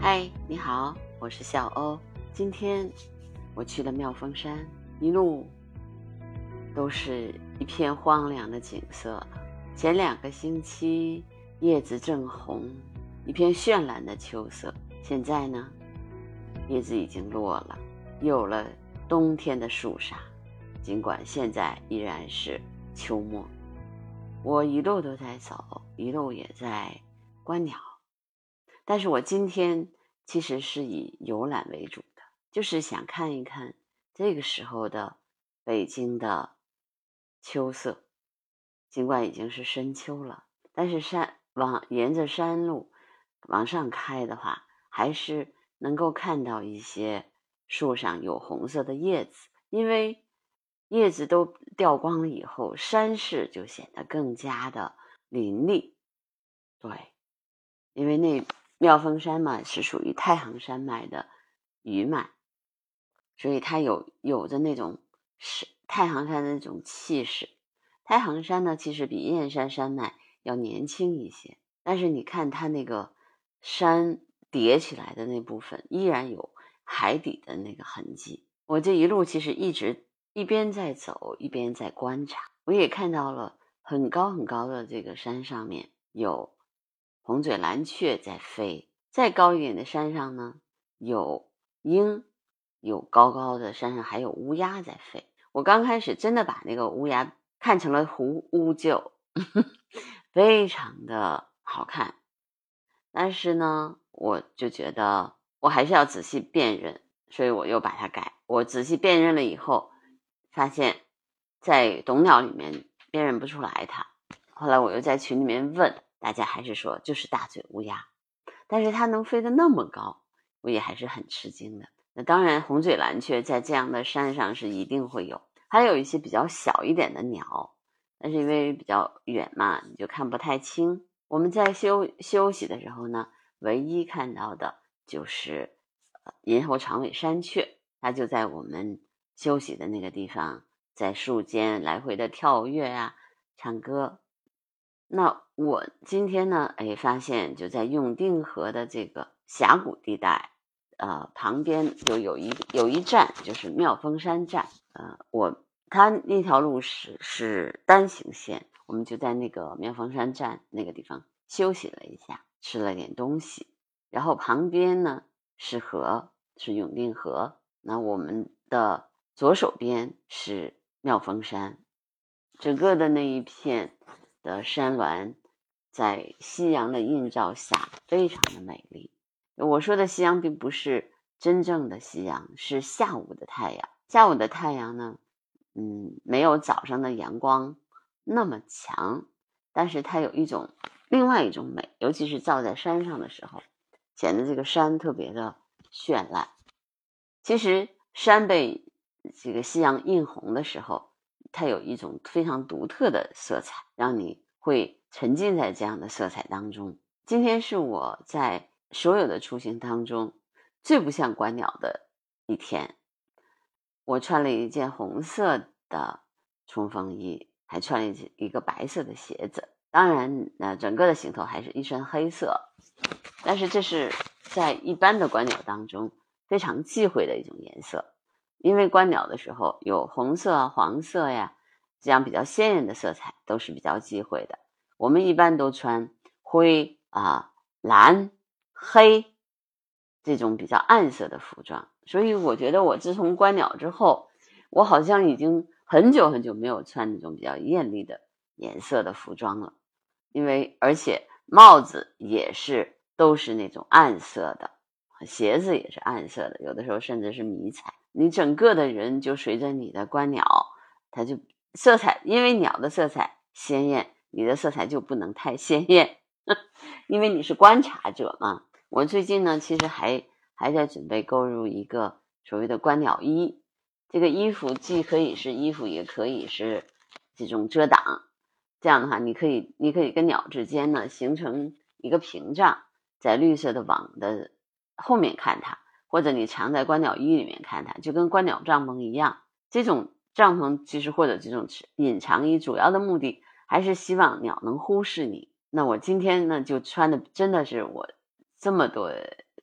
嗨，你好，我是小欧。今天我去了妙峰山，一路都是一片荒凉的景色。前2个星期叶子正红，一片绚烂的秋色。现在呢，叶子已经落了，有了冬天的肃杀。尽管现在依然是秋末，我一路都在走，一路也在观鸟。但是我今天其实是以游览为主的，就是想看一看这个时候的北京的秋色。尽管已经是深秋了，但是沿着山路往上开的话，还是能够看到一些树上有红色的叶子，因为叶子都掉光了以后，山势就显得更加的林立。对，因为妙峰山嘛是属于太行山脉的余脉，所以它有着那种太行山的那种气势。太行山呢其实比燕山山脉要年轻一些，但是你看它那个山叠起来的那部分依然有海底的那个痕迹。我这一路其实一直一边在走一边在观察，我也看到了很高很高的这个山上面有红嘴蓝雀在飞，再高一点的山上呢有鹰，有高高的山上还有乌鸦在飞。我刚开始真的把那个乌鸦看成了乌鹫非常的好看，但是呢我就觉得我还是要仔细辨认，所以我又把它改。我仔细辨认了以后发现在懂鸟里面辨认不出来它，后来我又在群里面问大家，还是说就是大嘴乌鸦，但是它能飞得那么高，我也还是很吃惊的。那当然红嘴蓝雀在这样的山上是一定会有，还有一些比较小一点的鸟，但是因为比较远嘛，你就看不太清。我们在休息的时候呢，唯一看到的就是银喉长尾山雀，它就在我们休息的那个地方，在树间来回的跳跃啊，唱歌。那我今天呢发现就在永定河的这个峡谷地带旁边就有一站，就是妙峰山站。它那条路是单行线，我们就在那个妙峰山站那个地方休息了一下，吃了点东西，然后旁边呢是河，是永定河。那我们的左手边是妙峰山，整个的那一片的山峦在夕阳的映照下非常的美丽。我说的夕阳并不是真正的夕阳，是下午的太阳。下午的太阳呢没有早上的阳光那么强，但是它有另外一种美，尤其是照在山上的时候，显得这个山特别的绚烂。其实山被这个夕阳映红的时候，它有一种非常独特的色彩，让你会沉浸在这样的色彩当中。今天是我在所有的出行当中最不像观鸟的一天。我穿了一件红色的冲锋衣，还穿了一个白色的鞋子，当然整个的行头还是一身黑色。但是这是在一般的观鸟当中非常忌讳的一种颜色，因为观鸟的时候有红色、黄色呀，这样比较鲜艳的色彩都是比较忌讳的。我们一般都穿灰蓝、黑这种比较暗色的服装。所以我觉得我自从观鸟之后，我好像已经很久很久没有穿那种比较艳丽的颜色的服装了，而且帽子也都是那种暗色的，鞋子也是暗色的，有的时候甚至是迷彩。你整个的人就随着你的观鸟，它就色彩，因为鸟的色彩鲜艳，你的色彩就不能太鲜艳因为你是观察者嘛。我最近呢其实还在准备购入一个所谓的观鸟衣，这个衣服既可以是衣服，也可以是这种遮挡。这样的话你可以跟鸟之间呢形成一个屏障，在绿色的网的后面看它，或者你藏在观鸟衣里面看它，就跟观鸟帐篷一样。这种帐篷其实或者这种隐藏衣主要的目的还是希望鸟能忽视你。那我今天呢就穿的真的是我这么多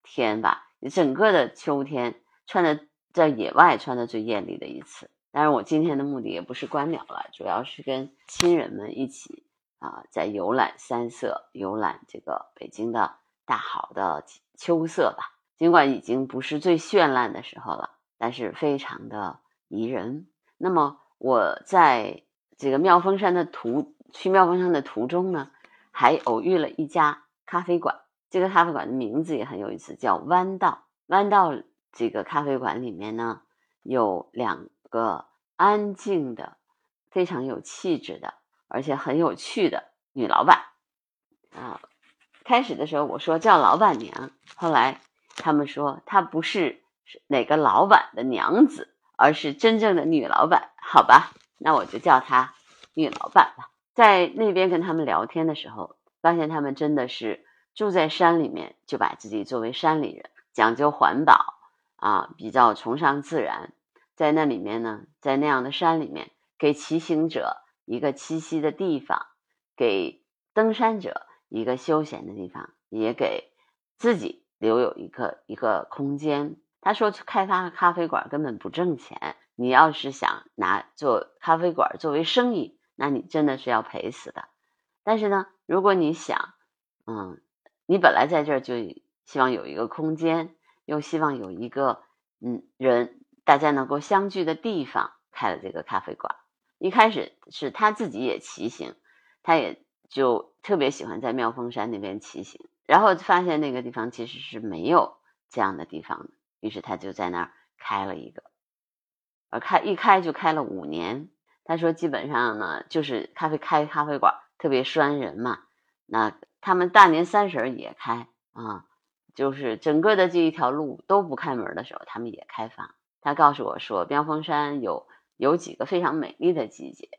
天吧，整个的秋天穿的在野外穿的最艳丽的一次。当然我今天的目的也不是观鸟了，主要是跟亲人们一起在游览山色，游览这个北京的大好的秋色吧。尽管已经不是最绚烂的时候了，但是非常的宜人。那么我在这个去妙峰山的途中呢，还偶遇了一家咖啡馆。这个咖啡馆的名字也很有意思，叫弯道。弯道这个咖啡馆里面呢，有2个安静的、非常有气质的，而且很有趣的女老板开始的时候我说叫老板娘，后来他们说她不是哪个老板的娘子，而是真正的女老板。好吧，那我就叫她女老板吧。在那边跟他们聊天的时候，发现他们真的是住在山里面，就把自己作为山里人，讲究环保比较崇尚自然。在那里面呢，在那样的山里面，给骑行者一个栖息的地方，给登山者一个休闲的地方，也给自己留有一个空间。他说开发咖啡馆根本不挣钱，你要是想做咖啡馆作为生意，那你真的是要赔死的。但是呢，如果你想你本来在这儿就希望有一个空间，又希望有一个大家能够相聚的地方，开了这个咖啡馆。一开始是他自己也骑行，他也就特别喜欢在妙峰山那边骑行，然后发现那个地方其实是没有这样的地方的，于是他就在那儿开了一个，一开就开了5年。他说基本上呢，就是开咖啡馆特别拴人嘛，那他们大年30也开就是整个的这一条路都不开门的时候，他们也开放。他告诉我说，妙峰山有几个非常美丽的季节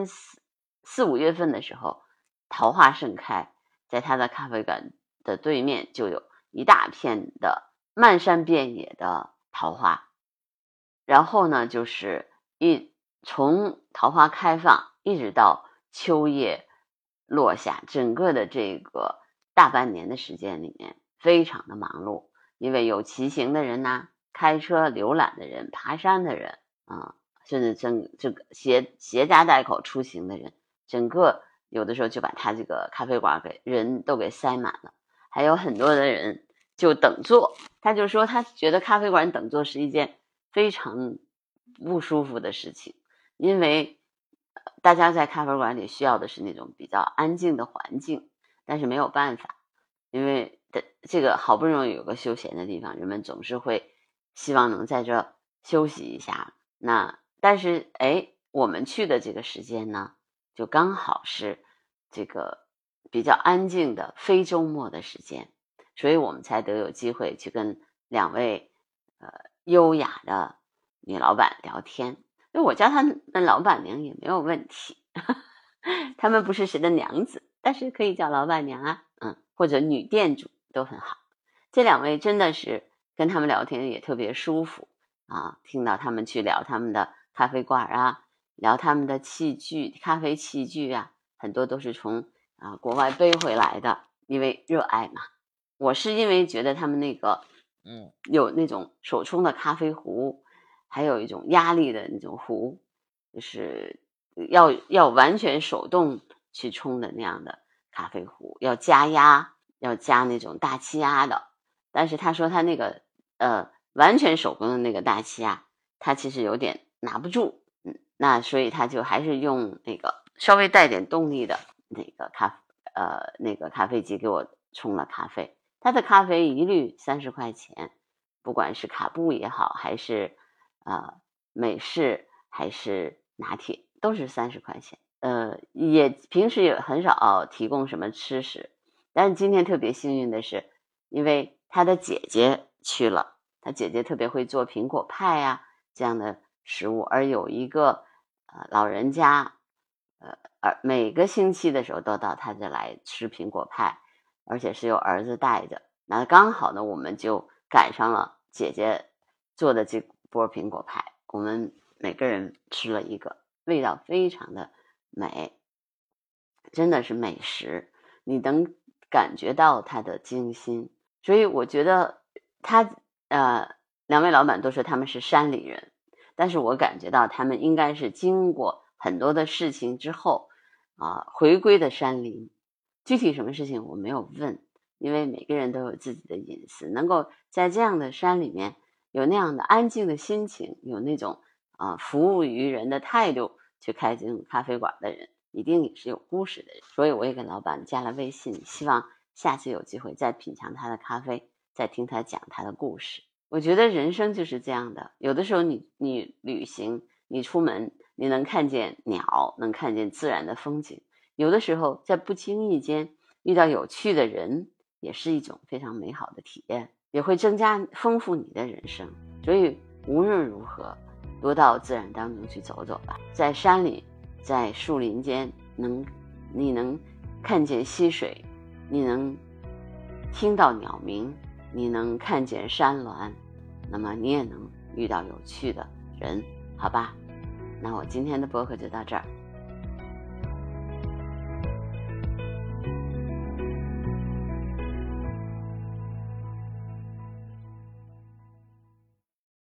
，4、5月份的时候，桃花盛开，在他的咖啡馆的对面就有一大片的漫山遍野的桃花。然后呢，就是从桃花开放一直到秋叶落下，整个的这个大半年的时间里面非常的忙碌，因为有骑行的人开车浏览的人，爬山的人甚至这个携家带口出行的人，整个有的时候就把他这个咖啡馆人都给塞满了。还有很多的人就等座，他就说他觉得咖啡馆等座是一件非常不舒服的事情，因为大家在咖啡馆里需要的是那种比较安静的环境，但是没有办法，因为这个好不容易有个休闲的地方，人们总是会希望能在这休息一下。但是我们去的这个时间呢，就刚好是这个比较安静的非周末的时间，所以我们才得有机会去跟2位优雅的女老板聊天。因为我叫她们老板娘也没有问题她们不是谁的娘子，但是可以叫老板娘或者女店主都很好。这2位真的是跟他们聊天也特别舒服听到他们去聊他们的咖啡馆聊他们的咖啡器具很多都是从国外背回来的，因为热爱嘛。我是因为觉得他们那个有那种手冲的咖啡壶，还有一种压力的那种壶，就是要完全手动去冲的那样的咖啡壶，要加压，要加那种大气压的。但是他说他那个完全手工的那个大气压，他其实有点拿不住那所以他就还是用那个稍微带点动力的那个咖啡机给我冲了咖啡。他的咖啡一律30块钱，不管是卡布也好，还是美式还是拿铁，都是30块钱。也平时也很少提供什么吃食，但是今天特别幸运的是，因为他的姐姐去了，他姐姐特别会做苹果派这样的食物，而有一个老人家每个星期的时候都到他这来吃苹果派，而且是由儿子带着。那刚好呢，我们就赶上了姐姐做的这波苹果派，我们每个人吃了一个，味道非常的美，真的是美食，你能感觉到它的精心。所以我觉得两位老板都说他们是山里人，但是我感觉到他们应该是经过很多的事情之后回归的山林。具体什么事情我没有问，因为每个人都有自己的隐私，能够在这样的山里面有那样的安静的心情，有那种服务于人的态度去开这种咖啡馆的人，一定也是有故事的人。所以我也给老板加了微信，希望下次有机会再品尝他的咖啡，再听他讲他的故事。我觉得人生就是这样的，有的时候你旅行，你出门，你能看见鸟，能看见自然的风景，有的时候在不经意间遇到有趣的人，也是一种非常美好的体验，也会丰富你的人生。所以无论如何，多到自然当中去走走吧，在山里，在树林间，你能看见溪水，你能听到鸟鸣，你能看见山峦，那么你也能遇到有趣的人，好吧？那我今天的播客就到这儿。